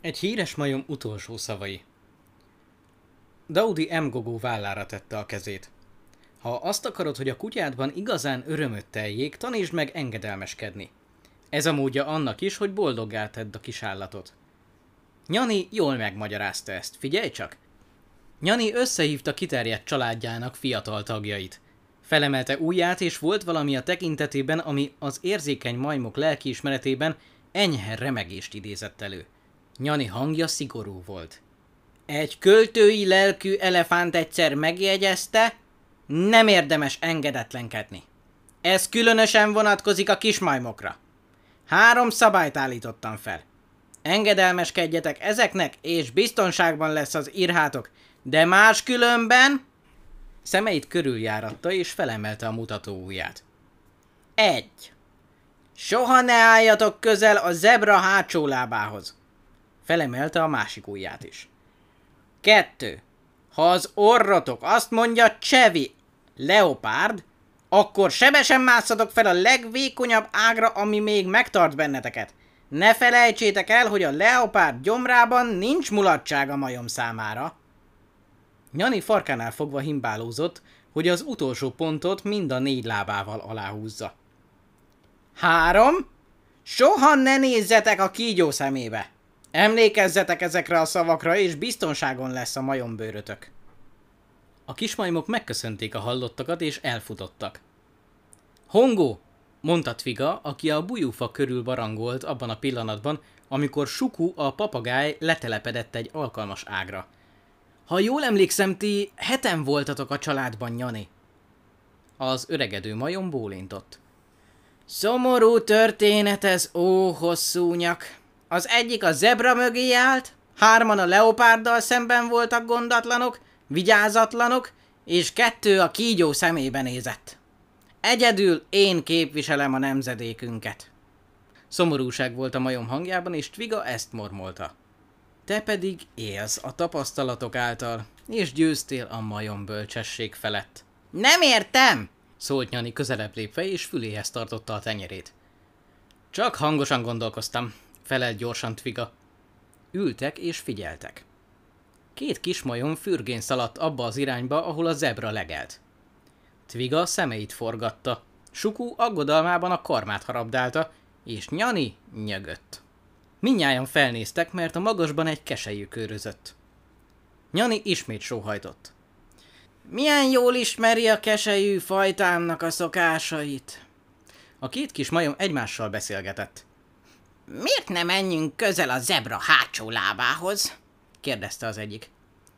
Egy híres majom utolsó szavai. Daudi M. Gogó vállára tette a kezét. Ha azt akarod, hogy a kutyádban igazán örömöt teljék, tanítsd meg engedelmeskedni. Ez a módja annak is, hogy boldoggá tedd a kis állatot. Nyani jól megmagyarázta ezt, figyelj csak! Nyani összehívta kiterjedt családjának fiatal tagjait. Felemelte ujját, és volt valami a tekintetében, ami az érzékeny majmok lelkiismeretében enyhe remegést idézett elő. Nyani hangja szigorú volt. Egy költői lelkű elefánt egyszer megjegyezte, nem érdemes engedetlenkedni. Ez különösen vonatkozik a kismajmokra. 3 szabályt állítottam fel. Engedelmeskedjetek ezeknek, és biztonságban lesz az irhátok, de máskülönben... Szemeit körüljáratta, és felemelte a mutatóujját. 1. Soha ne álljatok közel a zebra hátsó lábához. Felemelte a másik ujját is. 2. Ha az orrotok azt mondja csevi, leopárd, akkor sebesen másszatok fel a legvékonyabb ágra, ami még megtart benneteket. Ne felejtsétek el, hogy a leopárd gyomrában nincs mulatság a majom számára. Nyani farkánál fogva himbálózott, hogy az utolsó pontot mind a 4 lábával aláhúzza. 3. Soha ne nézzetek a kígyó szemébe. Emlékezzetek ezekre a szavakra, és biztonságon lesz a majombőrötök. A kismajmok megköszönték a hallottakat, és elfutottak. Hongo, mondta Twiga, aki a bujúfa körül barangolt abban a pillanatban, amikor Suku, a papagáj letelepedett egy alkalmas ágra. Ha jól emlékszem, ti 7-en voltatok a családban, Nyani. Az öregedő majom bólintott. Szomorú történet ez, ó hosszú nyak. Az egyik a zebra mögé állt, 3-an a leopárddal szemben voltak gondatlanok, vigyázatlanok, és 2 a kígyó szemébe nézett. Egyedül én képviselem a nemzedékünket. Szomorúság volt a majom hangjában, és Twiga ezt mormolta. Te pedig élsz a tapasztalatok által, és győztél a majom bölcsesség felett. Nem értem! Szólt Nyani közelebb lépve, és füléhez tartotta a tenyerét. Csak hangosan gondolkoztam, felelt gyorsan Twiga. Ültek és figyeltek. 2 kismajom fürgén szaladt abba az irányba, ahol a zebra legelt. Twiga szemeit forgatta, Suku aggodalmában a karmát harabdálta, és Nyani nyögött. Mindnyájan felnéztek, mert a magasban egy keselyű körözött. Nyani ismét sóhajtott. Milyen jól ismeri a keselyű fajtámnak a szokásait. A 2 kis majom egymással beszélgetett. Miért ne menjünk közel a zebra hátsó lábához? Kérdezte az egyik.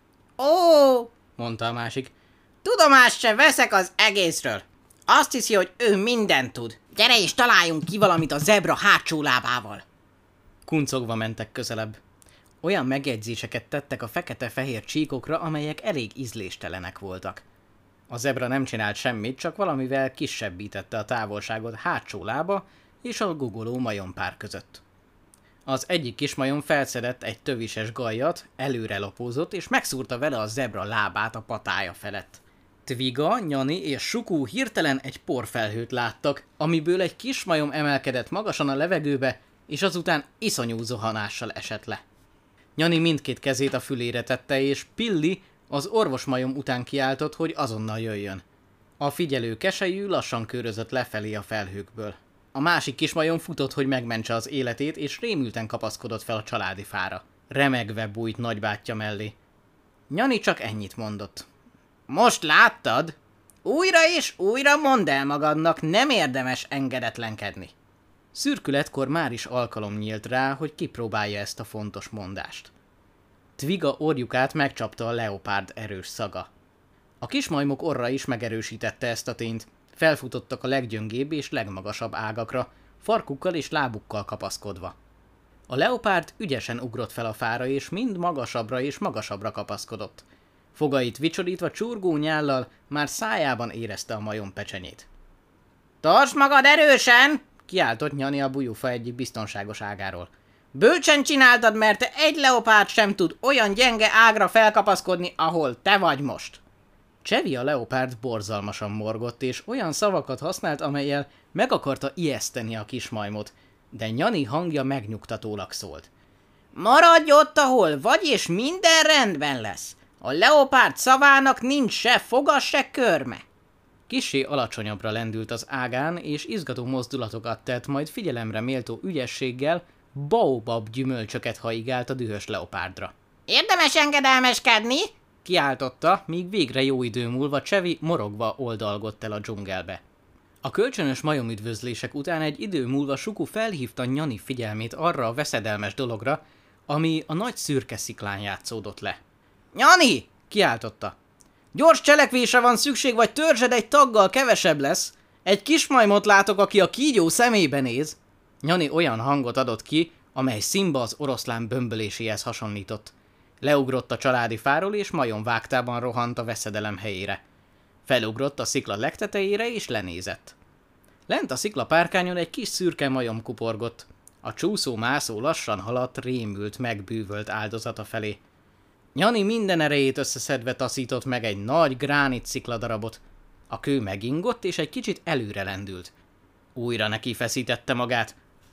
Ó, mondta a másik. Tudomást se veszek az egészről. Azt hiszi, hogy ő mindent tud. Gyere és találjunk ki valamit a zebra hátsó lábával. Kuncogva mentek közelebb. Olyan megjegyzéseket tettek a fekete-fehér csíkokra, amelyek elég ízléstelenek voltak. A zebra nem csinált semmit, csak valamivel kisebbítette a távolságot hátsó lába és a gugoló majompár között. Az egyik kismajom felszedett egy tövises gajjat, előre lopózott, és megszúrta vele a zebra lábát a patája felett. Twiga, Nyani és Suku hirtelen egy porfelhőt láttak, amiből egy kismajom emelkedett magasan a levegőbe, és azután iszonyú zuhanással esett le. Nyani mindkét kezét a fülére tette, és Pilli az orvosmajom után kiáltott, hogy azonnal jöjjön. A figyelő keselyű lassan körözött lefelé a felhőkből. A másik kismajom futott, hogy megmentse az életét, és rémülten kapaszkodott fel a családi fára. Remegve bújt nagybátyja mellé. Nyani csak ennyit mondott. Most láttad? Újra és újra mondd el magadnak, nem érdemes engedetlenkedni. Szürkületkor már is alkalom nyílt rá, hogy kipróbálja ezt a fontos mondást. Twiga orjukát megcsapta a leopárd erős szaga. A kismajmok orra is megerősítette ezt a tényt, felfutottak a leggyöngébb és legmagasabb ágakra, farkukkal és lábukkal kapaszkodva. A leopárd ügyesen ugrott fel a fára, és mind magasabbra és magasabbra kapaszkodott. Fogait vicsorítva csurgó nyállal már szájában érezte a majom pecsenyét. Tartsd magad erősen! Kiáltott Nyani a bujúfa egyik biztonságos ágáról. Bölcsen csináltad, mert egy leopárd sem tud olyan gyenge ágra felkapaszkodni, ahol te vagy most. Csevi a leopárd borzalmasan morgott, és olyan szavakat használt, amellyel meg akarta ijeszteni a kismajmot, de Nyani hangja megnyugtatólag szólt. Maradj ott, ahol vagy, és minden rendben lesz. A leopárd szavának nincs se foga, se körme. Kissé alacsonyabbra lendült az ágán, és izgató mozdulatokat tett, majd figyelemre méltó ügyességgel baobab gyümölcsöket haigált a dühös leopárdra. Érdemes engedelmeskedni? Kiáltotta, míg végre jó idő múlva Csevi morogva oldalgott el a dzsungelbe. A kölcsönös majomüdvözlések után egy idő múlva Suku felhívta Nyani figyelmét arra a veszedelmes dologra, ami a nagy szürke sziklán játszódott le. Nyani! Kiáltotta. Gyors cselekvésre van szükség, vagy törzsed egy taggal kevesebb lesz. Egy kismajmot látok, aki a kígyó szemébe néz. Nyani olyan hangot adott ki, amely Simba az oroszlán bömböléséhez hasonlított. Leugrott a családi fáról, és majom vágtában rohant a veszedelem helyére. Felugrott a szikla legtetejére, és lenézett. Lent a sziklapárkányon egy kis szürke majom kuporgott. A csúszó-mászó lassan haladt, rémült, megbűvölt áldozata felé. Nyani minden erejét összeszedve taszított meg egy nagy gránit szikladarabot. A kő megingott, és egy kicsit előre lendült. Újra neki feszítette magát.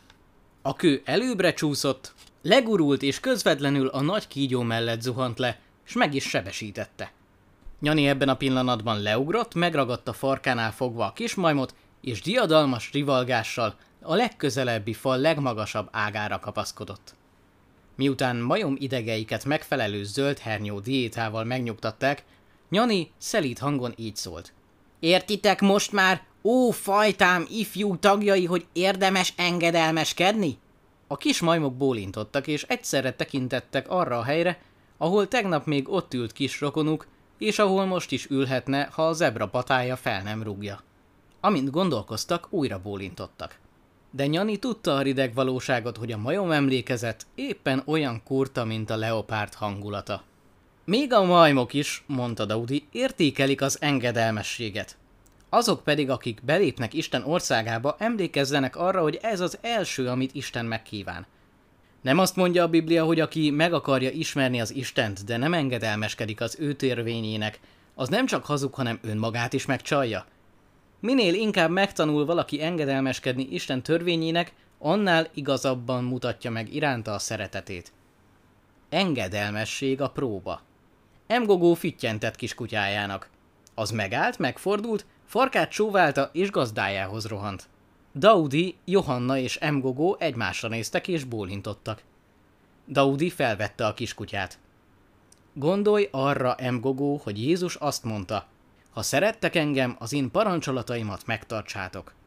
A kő előbbre csúszott, legurult, és közvetlenül a nagy kígyó mellett zuhant le, és meg is sebesítette. Nyani ebben a pillanatban leugrott, megragadta farkánál fogva a kismajmot, és diadalmas rivalgással a legközelebbi fal legmagasabb ágára kapaszkodott. Miután majom idegeiket megfelelő zöld hernyó diétával megnyugtatták, Nyani szelíd hangon így szólt. Értitek most már, ó fajtám ifjú tagjai, hogy érdemes engedelmeskedni? A kis majmok bólintottak, és egyszerre tekintettek arra a helyre, ahol tegnap még ott ült kis rokonuk, és ahol most is ülhetne, ha a zebra patája fel nem rúgja. Amint gondolkoztak, újra bólintottak. De Nyani tudta a rideg valóságot, hogy a majom emlékezet éppen olyan kurta, mint a leopárd hangulata. Még a majmok is, mondta Daudi, értékelik az engedelmességet. Azok pedig, akik belépnek Isten országába, emlékezzenek arra, hogy ez az első, amit Isten megkíván. Nem azt mondja a Biblia, hogy aki meg akarja ismerni az Istent, de nem engedelmeskedik az ő törvényének, az nem csak hazug, hanem önmagát is megcsalja? Minél inkább megtanul valaki engedelmeskedni Isten törvényének, annál igazabban mutatja meg iránta a szeretetét. Engedelmesség a próba. Mgogó fittyentett kiskutyájának. Az megállt, megfordult, farkát csóválta, és gazdájához rohant. Daudi, Johanna és Mgogó egymásra néztek, és bólintottak. Daudi felvette a kiskutyát. Gondolj arra, Mgogó, hogy Jézus azt mondta, ha szerettek engem, az én parancsolataimat megtartsátok.